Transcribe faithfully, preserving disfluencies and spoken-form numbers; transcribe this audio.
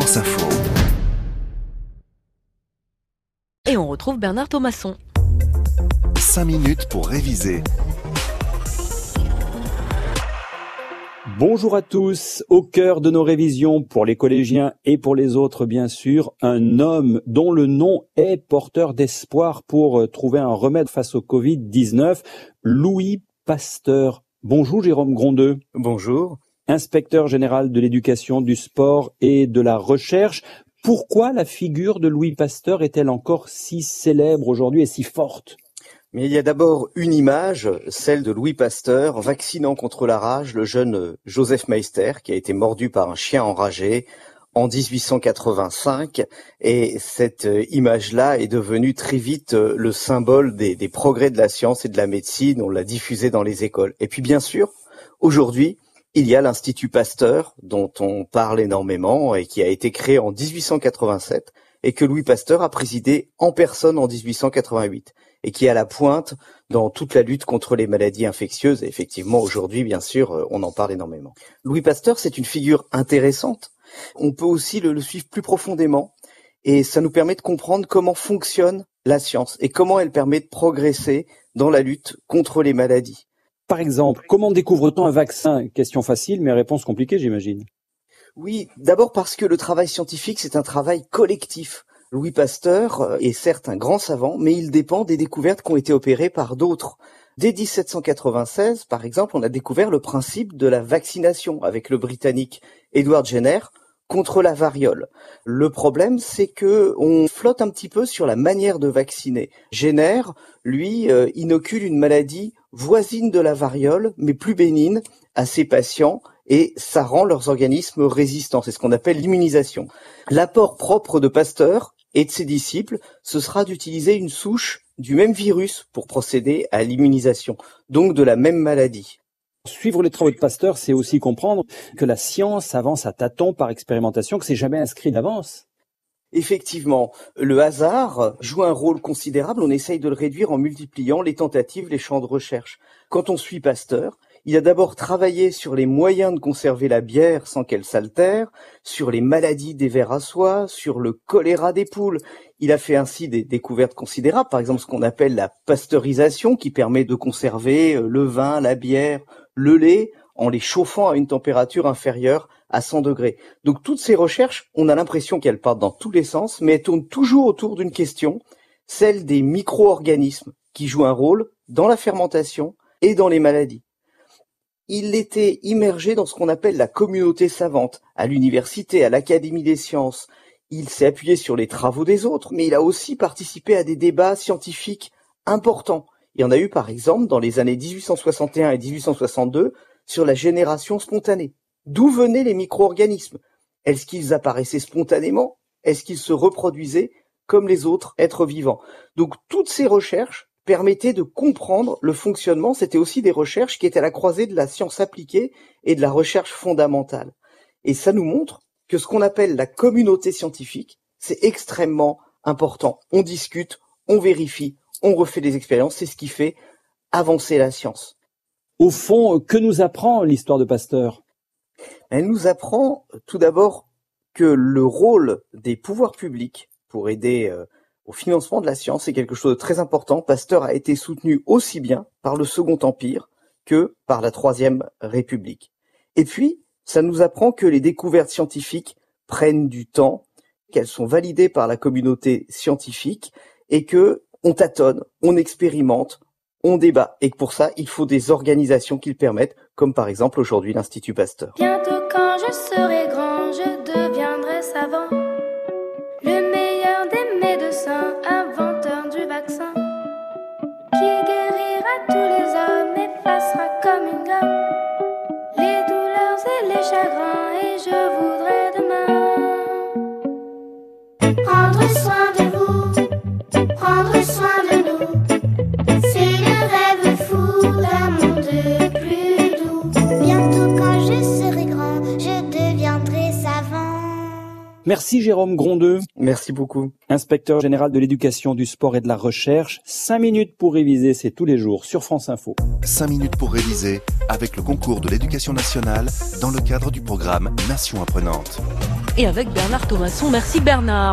France Info. Et on retrouve Bernard Thomasson. cinq minutes pour réviser. Bonjour à tous. Au cœur de nos révisions, pour les collégiens et pour les autres bien sûr, un homme dont le nom est porteur d'espoir pour trouver un remède face au covid dix-neuf, Louis Pasteur. Bonjour Jérôme Grondeux. Bonjour. Inspecteur général de l'éducation, du sport et de la recherche. Pourquoi la figure de Louis Pasteur est-elle encore si célèbre aujourd'hui et si forte ? Mais il y a d'abord une image, celle de Louis Pasteur, vaccinant contre la rage le jeune Joseph Meister, qui a été mordu par un chien enragé en dix-huit cent quatre-vingt-cinq. Et cette image-là est devenue très vite le symbole des, des progrès de la science et de la médecine. On l'a diffusée dans les écoles. Et puis bien sûr, aujourd'hui, il y a l'Institut Pasteur, dont on parle énormément et qui a été créé en dix-huit cent quatre-vingt-sept et que Louis Pasteur a présidé en personne en dix-huit cent quatre-vingt-huit et qui est à la pointe dans toute la lutte contre les maladies infectieuses. Et effectivement, aujourd'hui, bien sûr, on en parle énormément. Louis Pasteur, c'est une figure intéressante. On peut aussi le, le suivre plus profondément et ça nous permet de comprendre comment fonctionne la science et comment elle permet de progresser dans la lutte contre les maladies. Par exemple, comment découvre-t-on un vaccin ? Question facile, mais réponse compliquée, j'imagine. Oui, d'abord parce que le travail scientifique, c'est un travail collectif. Louis Pasteur est certes un grand savant, mais il dépend des découvertes qui ont été opérées par d'autres. Dès dix-sept cent quatre-vingt-seize, par exemple, on a découvert le principe de la vaccination avec le Britannique Edward Jenner contre la variole. Le problème, c'est que on flotte un petit peu sur la manière de vacciner. Jenner, lui, euh, inocule une maladie voisine de la variole, mais plus bénigne, à ses patients, et ça rend leurs organismes résistants. C'est ce qu'on appelle l'immunisation. L'apport propre de Pasteur et de ses disciples, ce sera d'utiliser une souche du même virus pour procéder à l'immunisation, donc de la même maladie. Suivre les travaux de Pasteur, c'est aussi comprendre que la science avance à tâtons par expérimentation, que c'est jamais inscrit d'avance. Effectivement, le hasard joue un rôle considérable. On essaye de le réduire en multipliant les tentatives, les champs de recherche. Quand on suit Pasteur, il a d'abord travaillé sur les moyens de conserver la bière sans qu'elle s'altère, sur les maladies des vers à soie, sur le choléra des poules. Il a fait ainsi des découvertes considérables, par exemple ce qu'on appelle la pasteurisation, qui permet de conserver le vin, la bière, le lait, en les chauffant à une température inférieure à cent degrés. Donc toutes ces recherches, on a l'impression qu'elles partent dans tous les sens, mais elles tournent toujours autour d'une question, celle des micro-organismes qui jouent un rôle dans la fermentation et dans les maladies. Il était immergé dans ce qu'on appelle la communauté savante, à l'université, à l'Académie des sciences. Il s'est appuyé sur les travaux des autres, mais il a aussi participé à des débats scientifiques importants. Il y en a eu par exemple dans les années dix-huit cent soixante et un et dix-huit cent soixante-deux sur la génération spontanée. D'où venaient les micro-organismes ? Est-ce qu'ils apparaissaient spontanément ? Est-ce qu'ils se reproduisaient comme les autres êtres vivants ? Donc toutes ces recherches permettaient de comprendre le fonctionnement. C'était aussi des recherches qui étaient à la croisée de la science appliquée et de la recherche fondamentale. Et ça nous montre que ce qu'on appelle la communauté scientifique, c'est extrêmement important. On discute, on vérifie, on refait des expériences. C'est ce qui fait avancer la science. Au fond, que nous apprend l'histoire de Pasteur ? Elle nous apprend tout d'abord que le rôle des pouvoirs publics pour aider euh, au financement de la science est quelque chose de très important. Pasteur a été soutenu aussi bien par le Second Empire que par la Troisième République. Et puis, ça nous apprend que les découvertes scientifiques prennent du temps, qu'elles sont validées par la communauté scientifique et que on tâtonne, on expérimente, on débat. Et que pour ça, il faut des organisations qui le permettent, comme par exemple aujourd'hui l'Institut Pasteur. Bientôt quand je serai grand, je deviendrai savant, le meilleur des médecins, inventeur du vaccin, qui guérira tous les hommes, effacera comme une gomme les douleurs et les chagrins, et je voudrais demain prendre soin de vous, prendre soin de nous, c'est le rêve fou d'un monde plus doux. Bientôt quand je serai grand, je deviendrai savant. Merci Jérôme Grondeux. Merci beaucoup. Inspecteur général de l'éducation, du sport et de la recherche. Cinq minutes pour réviser, c'est tous les jours sur France Info. cinq minutes pour réviser avec le concours de l'éducation nationale dans le cadre du programme Nation apprenante. et avec Bernard Thomasson. Merci Bernard.